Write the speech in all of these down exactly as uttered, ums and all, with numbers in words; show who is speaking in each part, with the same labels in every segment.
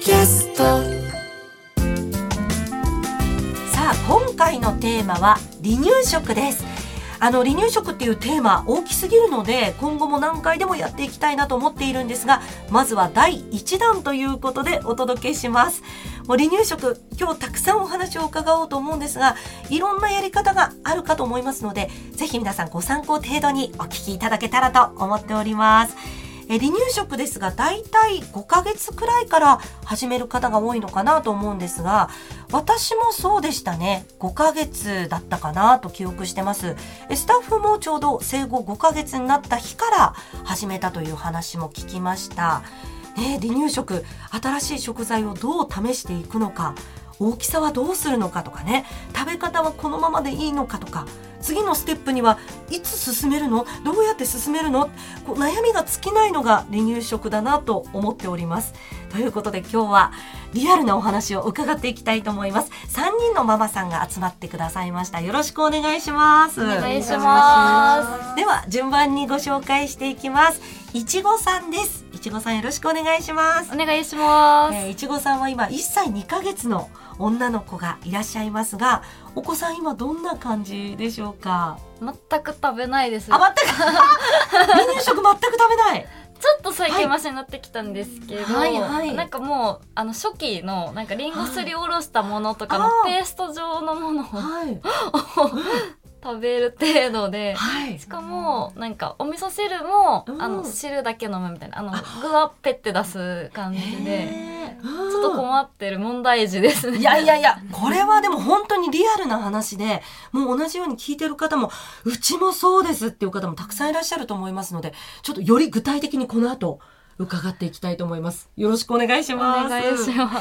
Speaker 1: キャスト。
Speaker 2: さあ今回のテーマは離乳食です。あの離乳食っていうテーマ大きすぎるので今後も何回でもやっていきたいなと思っているんですが、まずはだいいちだんということでお届けします。もう離乳食今日たくさんお話を伺おうと思うんですが、いろんなやり方があるかと思いますので、ぜひ皆さんご参考程度にお聞きいただけたらと思っております。え離乳食ですがだいたいごかげつくらいから始める方が多いのかなと思うんですが、私もそうでしたね。ごかげつだったかなと記憶してます。スタッフもちょうど生後ごかげつになった日から始めたという話も聞きました、ね、離乳食新しい食材をどう試していくのか、大きさはどうするのかとかね、食べ方はこのままでいいのかとか、次のステップにはいつ進めるの、どうやって進めるの、こう悩みが尽きないのが離乳食だなと思っております。ということで今日はリアルなお話を伺っていきたいと思います。さんにんのママさんが集まってくださいました。よろしくお願いします。
Speaker 3: お願いします。
Speaker 2: では順番にご紹介していきます。いちごさんです。いちごさんよろしくお願いします。
Speaker 3: お願いします。
Speaker 2: えー、いちごさんは今いっさいにかげつの女の子がいらっしゃいますが、お子さん今どんな感じでしょうか？
Speaker 3: 全く食べないです。
Speaker 2: あ、全く離乳食全く食べない。
Speaker 3: ちょっと最近マシになってきたんですけど、
Speaker 2: はいはいはい、
Speaker 3: なんかもうあの初期のなんかリンゴすりおろしたものとかのペースト状のものを、はい、食べる程度で、はい、しかもなんかお味噌汁も、うん、あの汁だけ飲むみたいな、あの具はペッて出す感じで、ちょっと困ってる問題児ですね。
Speaker 2: いやいやいや、これはでも本当にリアルな話で、もう同じように聞いてる方もうちもそうですっていう方もたくさんいらっしゃると思いますので、ちょっとより具体的にこの後伺っていきたいと思います。よろしくお願いします。
Speaker 3: お願いします。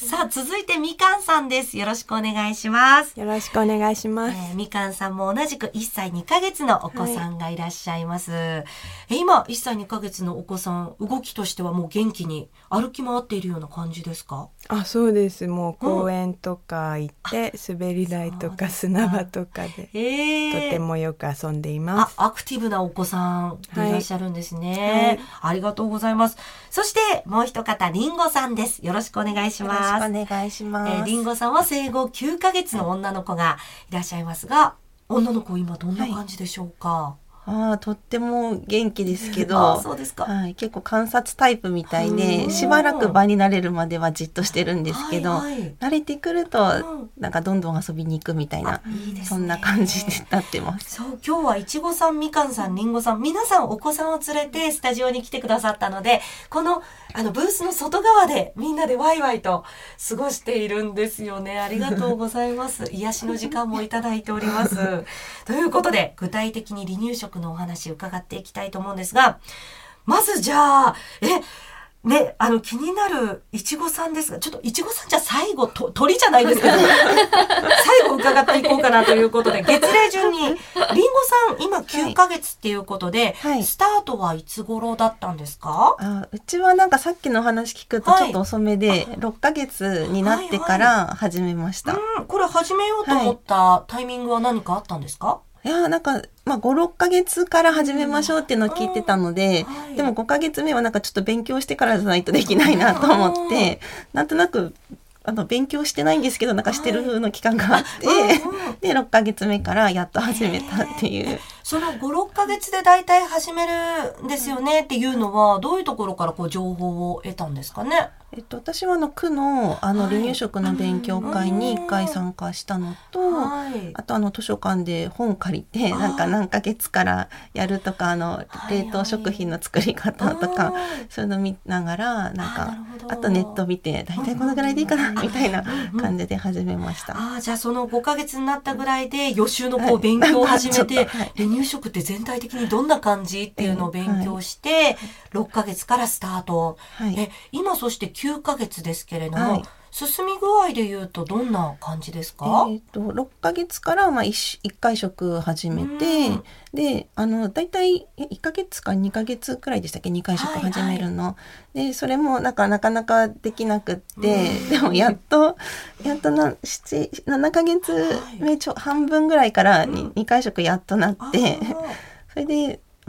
Speaker 2: さあ続いてみかんさんです。よろしくお願いします。
Speaker 4: よろしくお願いします、
Speaker 2: えー、みかんさんも同じくいっさいにかげつのお子さんがいらっしゃいます、はい、え今いっさいにかげつのお子さん、動きとしてはもう元気に歩き回っているような感じですか？
Speaker 4: あ、そうです。もう公園とか行って、うん、滑り台とか砂場とかで、えー、とてもよく遊んでいます。
Speaker 2: あ、アクティブなお子さんでいらっしゃるんですね、はい、ありがとうございます。そしてもう一方りんごさんです。よろしくお願いします。
Speaker 5: よろしくお願いします。
Speaker 2: えー、りんごさんは生後きゅうかげつの女の子がいらっしゃいますが、女の子今どんな感じでしょうか？はい、
Speaker 5: あ、とっても元気ですけど
Speaker 2: あ、そうですか、
Speaker 5: はい、結構観察タイプみたいで、しばらく場に慣れるまではじっとしてるんですけど、はいはい、慣れてくると、うん、なんかどんどん遊びに行くみたいな、いいですね、そんな感じになってます。
Speaker 2: そう、今日はいちごさん、みかんさん、りんごさん、皆さんお子さんを連れてスタジオに来てくださったので、このあのブースの外側でみんなでワイワイと過ごしているんですよね。ありがとうございます。癒しの時間もいただいておりますということで具体的に離乳食のお話伺っていきたいと思うんですが、まずじゃあえね、あの気になるいちごさんですが、ちょっといちごさんじゃ最後と鳥じゃないですけど最後伺っていこうかなということで、月齢順にりんごさん今きゅうかげつっていうことで、はい、スタートはいつ頃だったんですか？
Speaker 5: あ、うちはなんかさっきの話聞くとちょっと遅めで、はい、ろっかげつになってから始めました、
Speaker 2: はいはい、うん、これ始めようと思ったタイミングは何かあったんですか？
Speaker 5: いや、なんか、まあ、ご、ろっかげつから始めましょうっていうのを聞いてたので、はい、でもごかげつめはなんかちょっと勉強してからじゃないとできないなと思って、なんとなくあの勉強してないんですけど、なんかしてるの期間があって、はい、でろっかげつめからやっと始めたっていう。
Speaker 2: そのご、ろっかげつでだいたい始めるんですよねっていうのは、どういうところからこう情報を得たんですかね？
Speaker 5: えっと、私はあの区のあの離乳食の勉強会にいっかい参加したのと、はい、あとあの図書館で本借りてなんか何ヶ月からやるとか、あの冷凍食品の作り方とか、はいはい、そういうの見ながらなんか あ, あとネット見て大体このぐらいでいいかなみたいな感じで始めました。
Speaker 2: あ、じゃあそのごかげつになったぐらいで予習のこう勉強を始めて、はい、離乳食って全体的にどんな感じっていうのを勉強して、はい、ろっかげつからスタート、はい、え今そしてきゅうかげつですけれども、はい、進み具合でいうとどんな感じですか？
Speaker 5: えー、とろっかげつからまあ 1, いっかい食始めて、であのだいたいいっかげつかにかげつくらいでしたっけ、にかい食始めるの、はいはい、でそれもなんかなかなかできなくって、でもやっとやっとなななかげつめちょ半分ぐらいから 2, にかい食やっとなってそれでまあ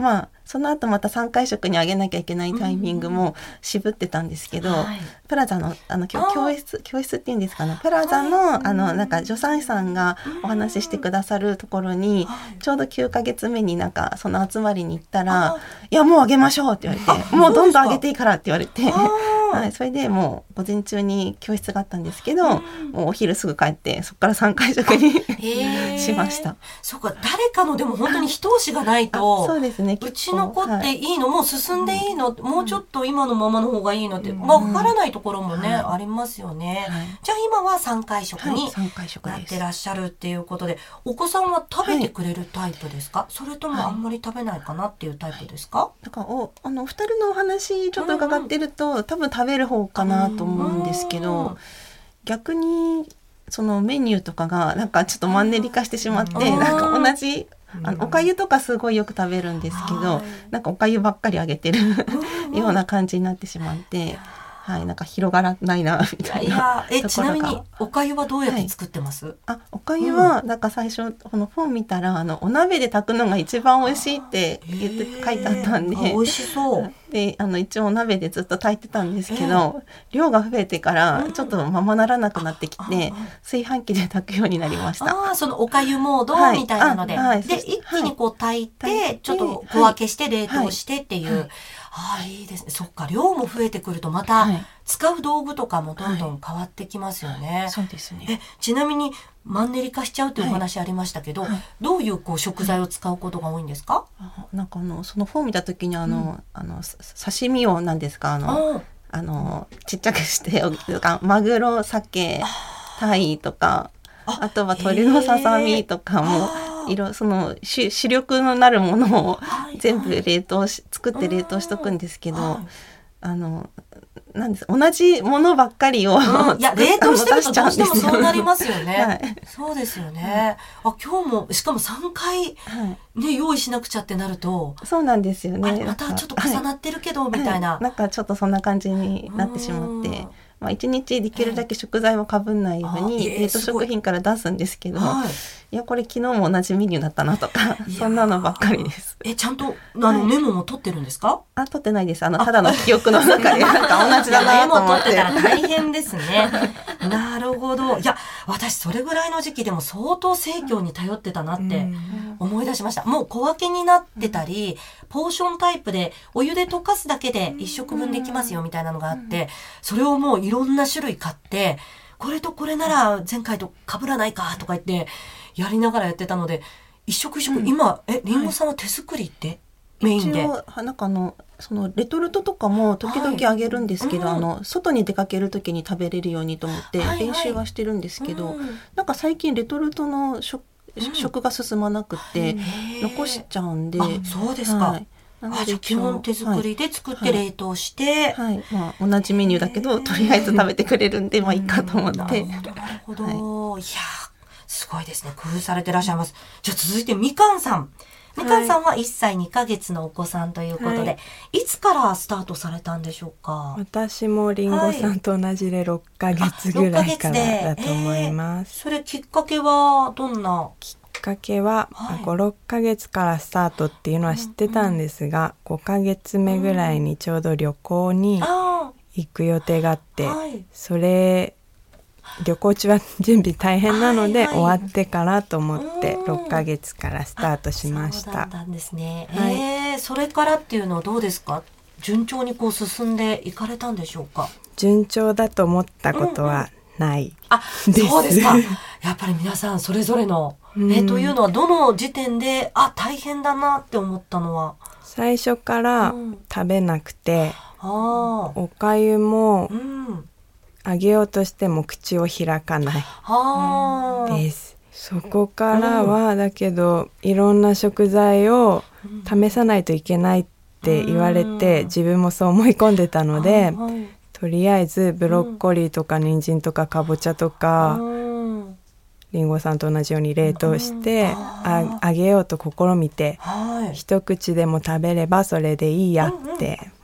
Speaker 5: その後またさんかい食にあげなきゃいけないタイミングも渋ってたんですけど、はい、プラザのあの教室教室っていうんですかね、プラザの、はい、あのなんか助産師さんがお話ししてくださるところに、はい、ちょうどきゅうかげつめになんかその集まりに行ったら、いやもうあげましょうって言われて、もうどんどんあげていいからって言われて、はい、それでもう午前中に教室があったんですけど、もうお昼すぐ帰ってそこからさんかい食にしました。
Speaker 2: そうか、誰かのでも本当に一押しがないと、
Speaker 5: そうですね、
Speaker 2: うちの子っていいの、はい、もう進んでいいの、うん、もうちょっと今のままの方がいいのって、うん、まあ、分からないところもね、はい、ありますよね、はい、じゃあ今はさんかい食になってらっしゃるっていうことで、はい、お子さんは食べてくれるタイプですか、はい、それともあんまり食べないかなっていうタイプですか？
Speaker 5: だからおあのふたりのお話ちょっと伺ってると、うん、多分食べる方かなと思うんですけど、うん、逆にそのメニューとかがなんかちょっとマンネリ化してしまって、うん、なんか同じあのおかゆとかすごいよく食べるんですけど、はい、なんかおかゆばっかりあげてるような感じになってしまって、はい、なんか広がらないなみたいな。いや
Speaker 2: えちなみにおかゆはどうやって作ってます？はい、
Speaker 5: あおかゆはなんか最初この本見たらあのお鍋で炊くのが一番美味しいって言って書いてあったんで、
Speaker 2: 美味しそう
Speaker 5: であの一応お鍋でずっと炊いてたんですけど、量が増えてからちょっとままならなくなってきて、炊飯器で炊くようになりました。
Speaker 2: あそのおかゆモードみたいなので、はい、で一気にこう炊いて、はい、ちょっと小分けして冷凍してっていう、はいはい、あいいですね。そっか、量も増えてくるとまた使う道具とかもどんどん変わってきますよね。
Speaker 5: はい、そうですね。
Speaker 2: えちなみにマンネリ化しちゃうというお話ありましたけど、はいはい、どういうこう食材を使うことが多いんですか？
Speaker 5: あなんかあのその本見た時にあの、うん、あの刺身をなんですかあのあのちっちゃくしてマグロ、鮭、タイとか あ, あとは鶏のささみとかも。いろその主, 主力のなるものを全部冷凍し作って冷凍しとくんですけど、はい、あのなんです同じものばっかりを、うん、
Speaker 2: いや冷凍してるとどうしてもそうなりますよね。はい、そうですよね。あ今日もしかもさんかい、はいね、用意しなくちゃってなると
Speaker 5: そうなんですよね。
Speaker 2: またちょっと重なってるけど、はい、みたいな、
Speaker 5: はい、なんかちょっとそんな感じになってしまって。まあ、いちにちできるだけ食材をかぶんないように冷凍食品から出すんですけど、はい、いやこれ昨日も同じメニューだったなとかそんなのばっかりです。
Speaker 2: えちゃんとあのメモも取ってるんですか？
Speaker 5: あ取ってないです。あのただの記憶の中でなんか同じだなと思って。
Speaker 2: メモ取ってたら大変ですね。なるほど。いや私それぐらいの時期でも相当生協に頼ってたなって思い出しました。もう小分けになってたりポーションタイプでお湯で溶かすだけでいっしょくぶんできますよみたいなのがあってそれをもういろんな種類買ってこれとこれなら前回と被らないかとか言ってやりながらやってたので一食一食、うん、今えりんごさんは手作りって、はい、メインで
Speaker 5: 一応なんかあのそのレトルトとかも時々あげるんですけど、はいうん、あの外に出かける時に食べれるようにと思って練習はしてるんですけど、はいはいうん、なんか最近レトルトの食、うん、食が進まなくて残しちゃうんで。
Speaker 2: あそうですか、はいあじゃ基本手作りで作って冷凍して、
Speaker 5: はいはいまあ、同じメニューだけどとりあえず食べてくれるんでまあいいかと思って。なる
Speaker 2: ほどなるほど、はい、いやすごいですね工夫されてらっしゃいます。じゃあ続いてみかんさんみかんさんはいっさいにかげつのお子さんということで、はい、いつからスタートされたんでしょうか？
Speaker 4: 私もりんごさんと同じでろっかげつぐらいからだと思います。
Speaker 2: それきっかけはどんな
Speaker 4: きっかけは、はい、ご、ろっかげつからスタートっていうのは知ってたんですが、うんうん、ごかげつめぐらいにちょうど旅行に行く予定があって、はい、それ旅行中は準備大変なので、はいはい、終わってからと思ってろっかげつからスタートしました。
Speaker 2: そうだったんですね、はいえー、それからっていうのはどうですか？順調にこう進んでいかれたんでしょうか？
Speaker 4: 順調だと思ったことはないです、
Speaker 2: うんうん、あそうですかやっぱり皆さんそれぞれの、うんえー、というのはどの時点であ大変だなって思ったのは
Speaker 4: 最初から食べなくて、うん、あおかゆも、うんあげようとしても口を開かないです。そこからは、うん、だけどいろんな食材を試さないといけないって言われて、うん、自分もそう思い込んでたので、うん、とりあえずブロッコリーとか人参とかかぼちゃとか、うん、りんごさんと同じように冷凍して、うん、あ, あげようと試みて、はい、一口でも食べればそれでいいやって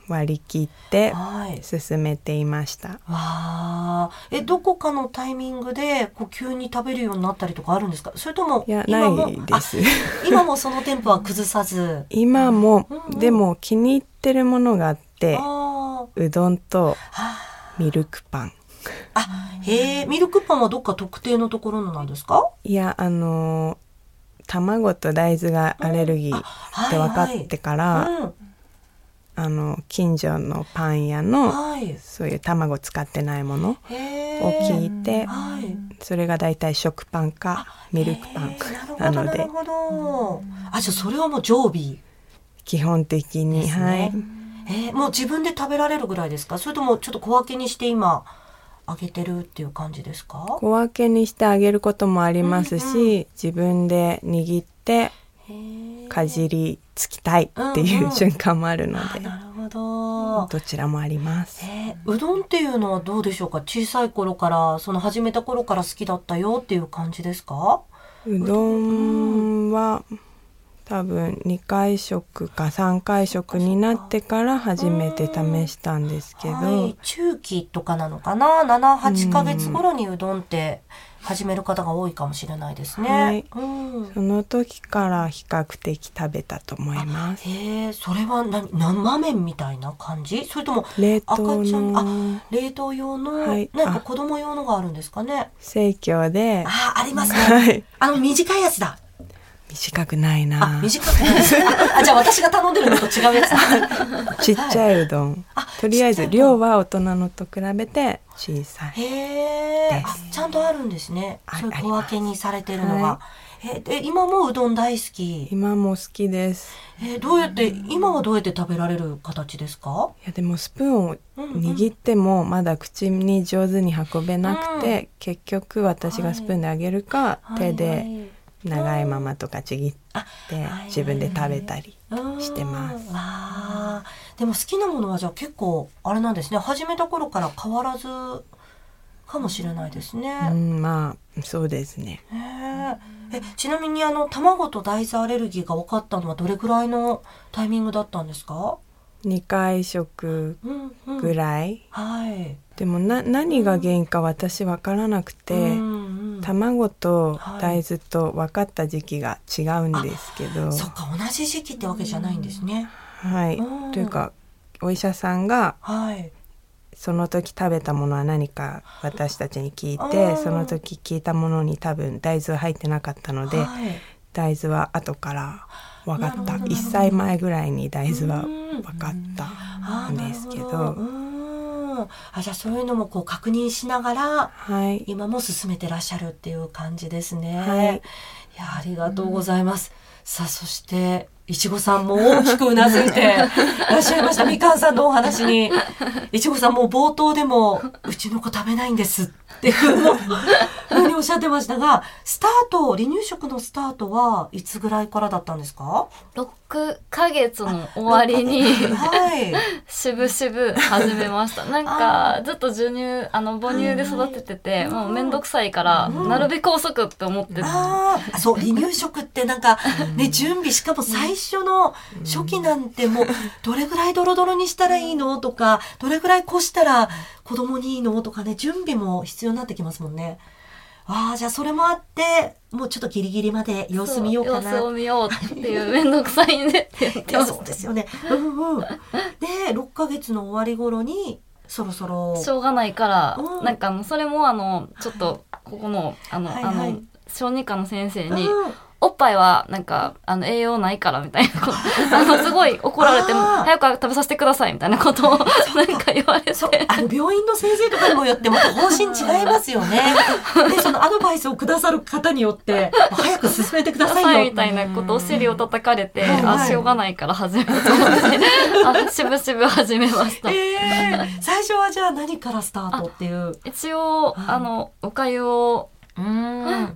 Speaker 4: 割り切って進めていました。
Speaker 2: はい、わえどこかのタイミングでこう急に食べるようになったりとかあるんですか？それとも
Speaker 4: いや
Speaker 2: 今も
Speaker 4: ないです
Speaker 2: 今もそのテンポは崩さず
Speaker 4: 今も、
Speaker 2: うんうん、
Speaker 4: でも気に入ってるものがあってうどんとミルクパン。
Speaker 2: あへえ、ミルクパンはどっか特定のところのなんですか？
Speaker 4: いやあの卵と大豆がアレルギーって分かってから、うんはいはいうん、あの近所のパン屋の、はい、そういう卵使ってないものを聞いて、はい、それがだいたい食パンかミルクパンなので、
Speaker 2: なるほど。あ、じゃあそれはもう常備
Speaker 4: 基本的に、ね、はい。
Speaker 2: えー、もう自分で食べられるぐらいですか？それともちょっと小分けにして今あげてるっていう感じですか？
Speaker 4: 小分けにしてあげることもありますし、うんうん、自分で握ってかじりつきたいっていう瞬間もあるので、
Speaker 2: うんうん、なるほど、
Speaker 4: どちらもあります。
Speaker 2: えー、うどんっていうのはどうでしょうか？小さい頃からその始めた頃から好きだったよっていう感じですか？
Speaker 4: うどんは多分にかい食かさんかい食になってから初めて試したんですけど、はい、
Speaker 2: 中期とかなのかな、ななはちかげつ頃にうどんって始める方が多いかもしれないですね、はい、
Speaker 4: うん、その時から比較的食べたと思います。
Speaker 2: へえ、それは何、生麺みたいな感じ？それとも
Speaker 4: 冷凍の
Speaker 2: 赤ちゃん、あ、冷凍用の、はい、なんか子供用のがあるんですかね？
Speaker 4: 生協で、
Speaker 2: あ、ありますね、はい、あの短いやつだ。
Speaker 4: 短くないな。
Speaker 2: あ、短くないですあ、じゃあ私が頼んでるのと違うやつだ
Speaker 4: ちっちゃいうどん、はい、とりあえず量は大人のと比べて小さい。
Speaker 2: へー、あ、ちゃんとあるんですね。そういう小分けにされてるのが、はい、えで今もうどん大好き？
Speaker 4: 今も好きです。
Speaker 2: えどうやって今はどうやって食べられる形ですか？
Speaker 4: いやでもスプーンを握ってもまだ口に上手に運べなくて、うん、結局私がスプーンであげるか、はい、手で、はいはい、長いままとかちぎって自分で食べたりしてます。
Speaker 2: あ、でも好きなものはじゃあ結構あれなんですね。始めた頃から変わらずかもしれないですね。
Speaker 4: うん、まあそうですね。
Speaker 2: ええ、ちなみにあの卵と大豆アレルギーが分かったのはどれくらいのタイミングだったんですか？
Speaker 4: にかい食ぐらい、
Speaker 2: うんうん、はい。
Speaker 4: でもな何が原因か私分からなくて、うんうん、卵と大豆と分かった時期が違うんですけど、
Speaker 2: そっか、同じ時期ってわけじゃないんですね。
Speaker 4: はい、うん、というかお医者さんが、はい、その時食べたものは何か私たちに聞いて、その時聞いたものに多分大豆は入ってなかったので、はい、大豆は後から分かった。いっさいまえぐらいに大豆は分かったんですけど、
Speaker 2: あ、じゃあそういうのもこう確認しながら、
Speaker 4: はい、今
Speaker 2: も進めてらっしゃるっていう感じですね、
Speaker 4: はい、
Speaker 2: いや、ありがとうございます、うん、さあそしていちごさんも大きくうなずいていらっしゃいましたみかんさんのお話に。いちごさんも冒頭でもうちの子食べないんですっていうふうにおっしゃってましたが、スタート離乳食のスタートはいつぐらいからだったんですか？
Speaker 3: ろっかげつの終わりに、
Speaker 2: はい、
Speaker 3: しぶしぶ始めました。なんかずっと授乳あの母乳で育ててて、もうめんどくさいから、うん、なるべく遅くって思ってる。
Speaker 2: ああ、そう、離乳食ってなんかね、準備しかも最初の初期なんてもうどれぐらいドロドロにしたらいいのとか、どれぐらいこしたら子供にいいのとかね、準備も必要になってきますもんね。ああ、じゃあそれもあってもうちょっとギリギリまで様子見ようかな、
Speaker 3: 様子を見ようっていうめんどくさいねって言ってます。
Speaker 2: そうですよね、うんうん、でろっかげつの終わり頃にそろそろ
Speaker 3: しょうがないから、うん、なんかあのそれもあのちょっとここのあの、はいはい、あの小児科の先生に、うん、おっぱいはなんかあの栄養ないからみたいなことあのすごい怒られても早く食べさせてくださいみたいなことをなんか言われて、
Speaker 2: あの病院の先生とかにもよってまた方針違いますよね。でそのアドバイスをくださる方によって早く進めてくださいよ
Speaker 3: みたいなことをお尻を叩かれて、あ、しょうがないから始めようと思ってあしぶしぶ始めました、
Speaker 2: えー、最初はじゃあ何からスタートっていう？
Speaker 3: 一応あのおかゆをうん、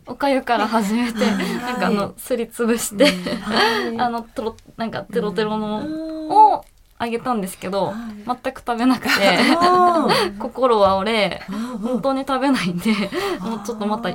Speaker 3: おかゆから始めて、なんかあのすりつぶして、あのとろなんかテロテロのをあげたんですけど、全く食べなくて心は折れ、本当に食べないんで、もうちょっとまた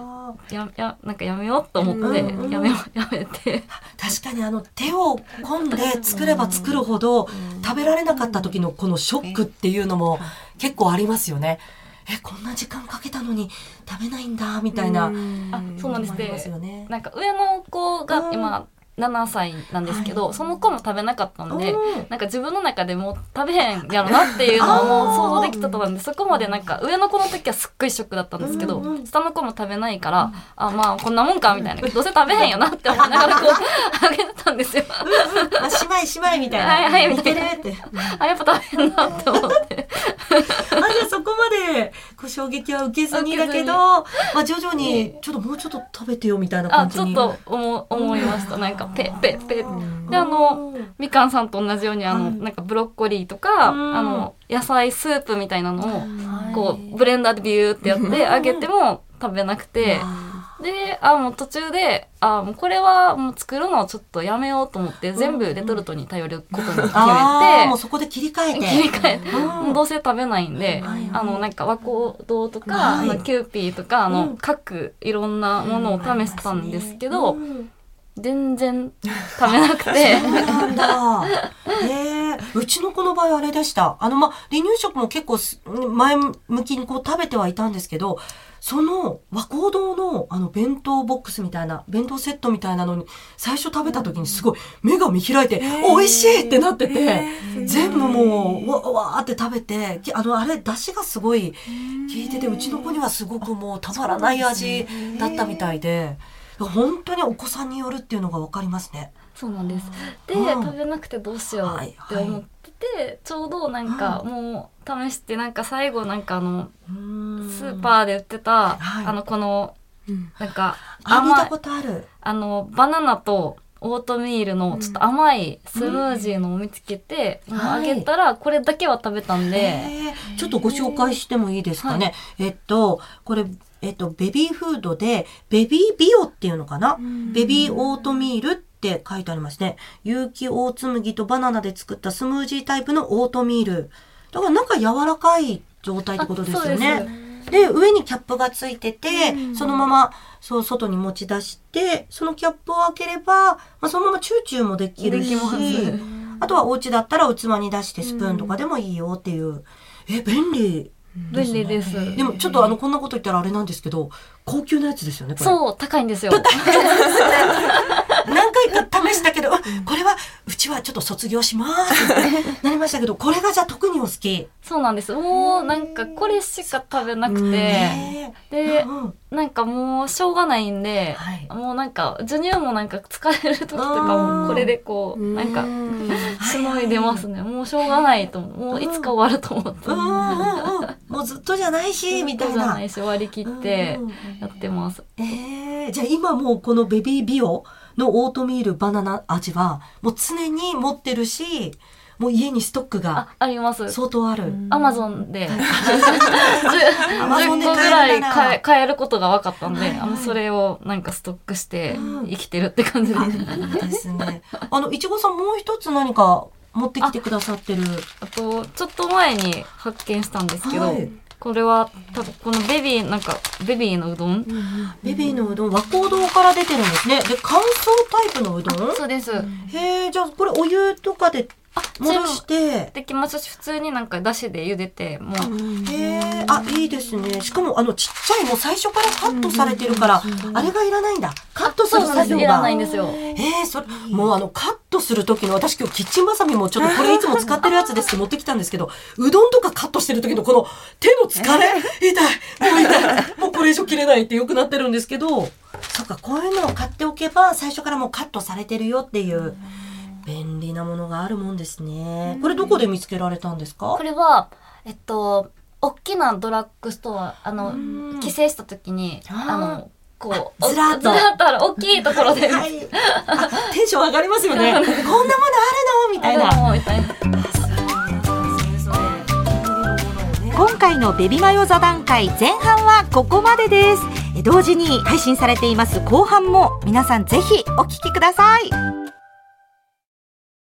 Speaker 3: ややなんかやめようと思って、うん、やめやめて
Speaker 2: 確かにあの手を込んで作れば作るほど食べられなかった時のこのショックっていうのも結構ありますよね。えこんな時間かけたのに食べないんだみたいな。
Speaker 3: あそうなんですね。なんか上の子が今ななさいなんですけど、はい、その子も食べなかったんで、なんか自分の中でもう食べへんやろなっていうのをもう想像できたと思うんで、そこまでなんか上の子の時はすっごいショックだったんですけど、うんうん、下の子も食べないから、あまあこんなもんかみたいな、どうせ食べへんよなって思いながらこうあげてたんですよ。
Speaker 2: あ姉妹姉妹みたいな。
Speaker 3: はいはいみたいな。あやっぱ食べへんなって思って。
Speaker 2: あじゃあそこまでこう衝撃は受けずにだけど、まあ徐々にちょっともうちょっと食べてよみたいな感じに。
Speaker 3: あちょっと思思いました。なんかペッペッペッであのみかんさんと同じようにあの、はい、なんかブロッコリーとか、うん、あの野菜スープみたいなのをこうブレンダーでビューってやってあげても食べなくて、であもう途中であもうこれはもう作るのをちょっとやめようと思って全部レトルトに頼ることに決めて、
Speaker 2: あもうそこで切り替えて
Speaker 3: 切り替えてもうどうせ食べないんで、あのなんか和光堂とか、はい、あのキューピーとかあの、うん、各いろんなものを試したんですけど、うん全然食べなくて
Speaker 2: そうなんだ。へえ、うちの子の場合あれでした。あのまあ離乳食も結構前向きにこう食べてはいたんですけど、その和光堂のあの弁当ボックスみたいな弁当セットみたいなのに最初食べた時にすごい目が見開いて美味しいってなってて、全部もうわわーって食べて、あのあれ出汁がすごい効いてて、うちの子にはすごくもうたまらない味だったみたいで。本当にお子さんによるっていうのが分かりますね。
Speaker 3: そうなんです。で、うん、食べなくてどうしようって思ってて、はいはい、ちょうどなんかもう試してなんか最後なんかあのスーパーで売ってた、はい、あのこのなんか
Speaker 2: 甘いあ見たことある
Speaker 3: あのバナナとオートミールのちょっと甘いスムージーのを見つけて、うん、あげたらこれだけは食べたんで、
Speaker 2: ちょっとご紹介してもいいですかね。はい、えっとこれえっと、ベビーフードで、ベビービオっていうのかな、ベビーオートミールって書いてありますね。有機オーツ麦とバナナで作ったスムージータイプのオートミール。だからなんか柔らかい状態ってことですよね。で、上にキャップがついてて、そのまま、そう、外に持ち出して、そのキャップを開ければ、まあ、そのままチューチューもできるし、あとはお家だったら器に出してスプーンとかでもいいよっていう。え、便利。
Speaker 3: 便利です。
Speaker 2: でもちょっとあのこんなこと言ったらあれなんですけど、高級なやつですよね。これ
Speaker 3: そう高いんですよ。
Speaker 2: 何回か試したけど、これはうちはちょっと卒業しますってなりましたけど、これがじゃあ特にお好き。
Speaker 3: そうなんです。もうなんかこれしか食べなくて、でなんかもうしょうがないんで、はい、もうなんか授乳もなんか疲れる時とかもこれでこうなんかしのいでますね。もうしょうがないと思う。もういつか終わると思って。
Speaker 2: もうずっとじゃないしみたいな。
Speaker 3: ずっとじゃないし割り切ってやってます。
Speaker 2: えー、じゃあ今もうこのベビービオのオートミールバナナ味はもう常に持ってるし、もう家にストックが
Speaker 3: あ, あります
Speaker 2: 相当ある。
Speaker 3: アマゾンでじゅっこぐらい買 え, 買えることが分かったんで、はいはい、あのそれをなんかストックして生きてるって感じです。
Speaker 2: うん、ですね。あのいちごさんもう一つ何か持ってきてくださってる。
Speaker 3: あ, あとちょっと前に発見したんですけど、はい、これは多分このベビーなんかベビーのうどん、うん、
Speaker 2: ベビーのうどん和光堂から出てるんですね。で乾燥タイプのうどん。
Speaker 3: そうです。
Speaker 2: へえ、じゃあこれお湯とかで戻して
Speaker 3: できますし、普通になんかだしで茹でてもう。
Speaker 2: へえ、あいいですね。しかもあのちっちゃいもう最初からカットされてるから、あれがいらないんだ。カットする作業が
Speaker 3: いらないんですよ。
Speaker 2: えー、それもうあのカットする時の、私今日キッチンバサミもちょっとこれいつも使ってるやつですって持ってきたんですけど、うどんとかカットしてる時のこの手の疲れ、痛いもう痛いもうこれ以上切れないってよくなってるんですけど、そっか、こういうのを買っておけば最初からもうカットされてるよっていう便利なものがあるもんですね。これどこで見つけられたんですか？
Speaker 3: これはえっと大きなドラッグストア、あの帰省した時にあのこう
Speaker 2: ずらっと
Speaker 3: ずらっとある大きいところで、はい、
Speaker 2: あテンション上がりますよね。こんなものあるのみたいな。みたいな。
Speaker 1: 今回のベビマヨ座談会前半はここまでです。同時に配信されています後半も皆さんぜひお聞きください。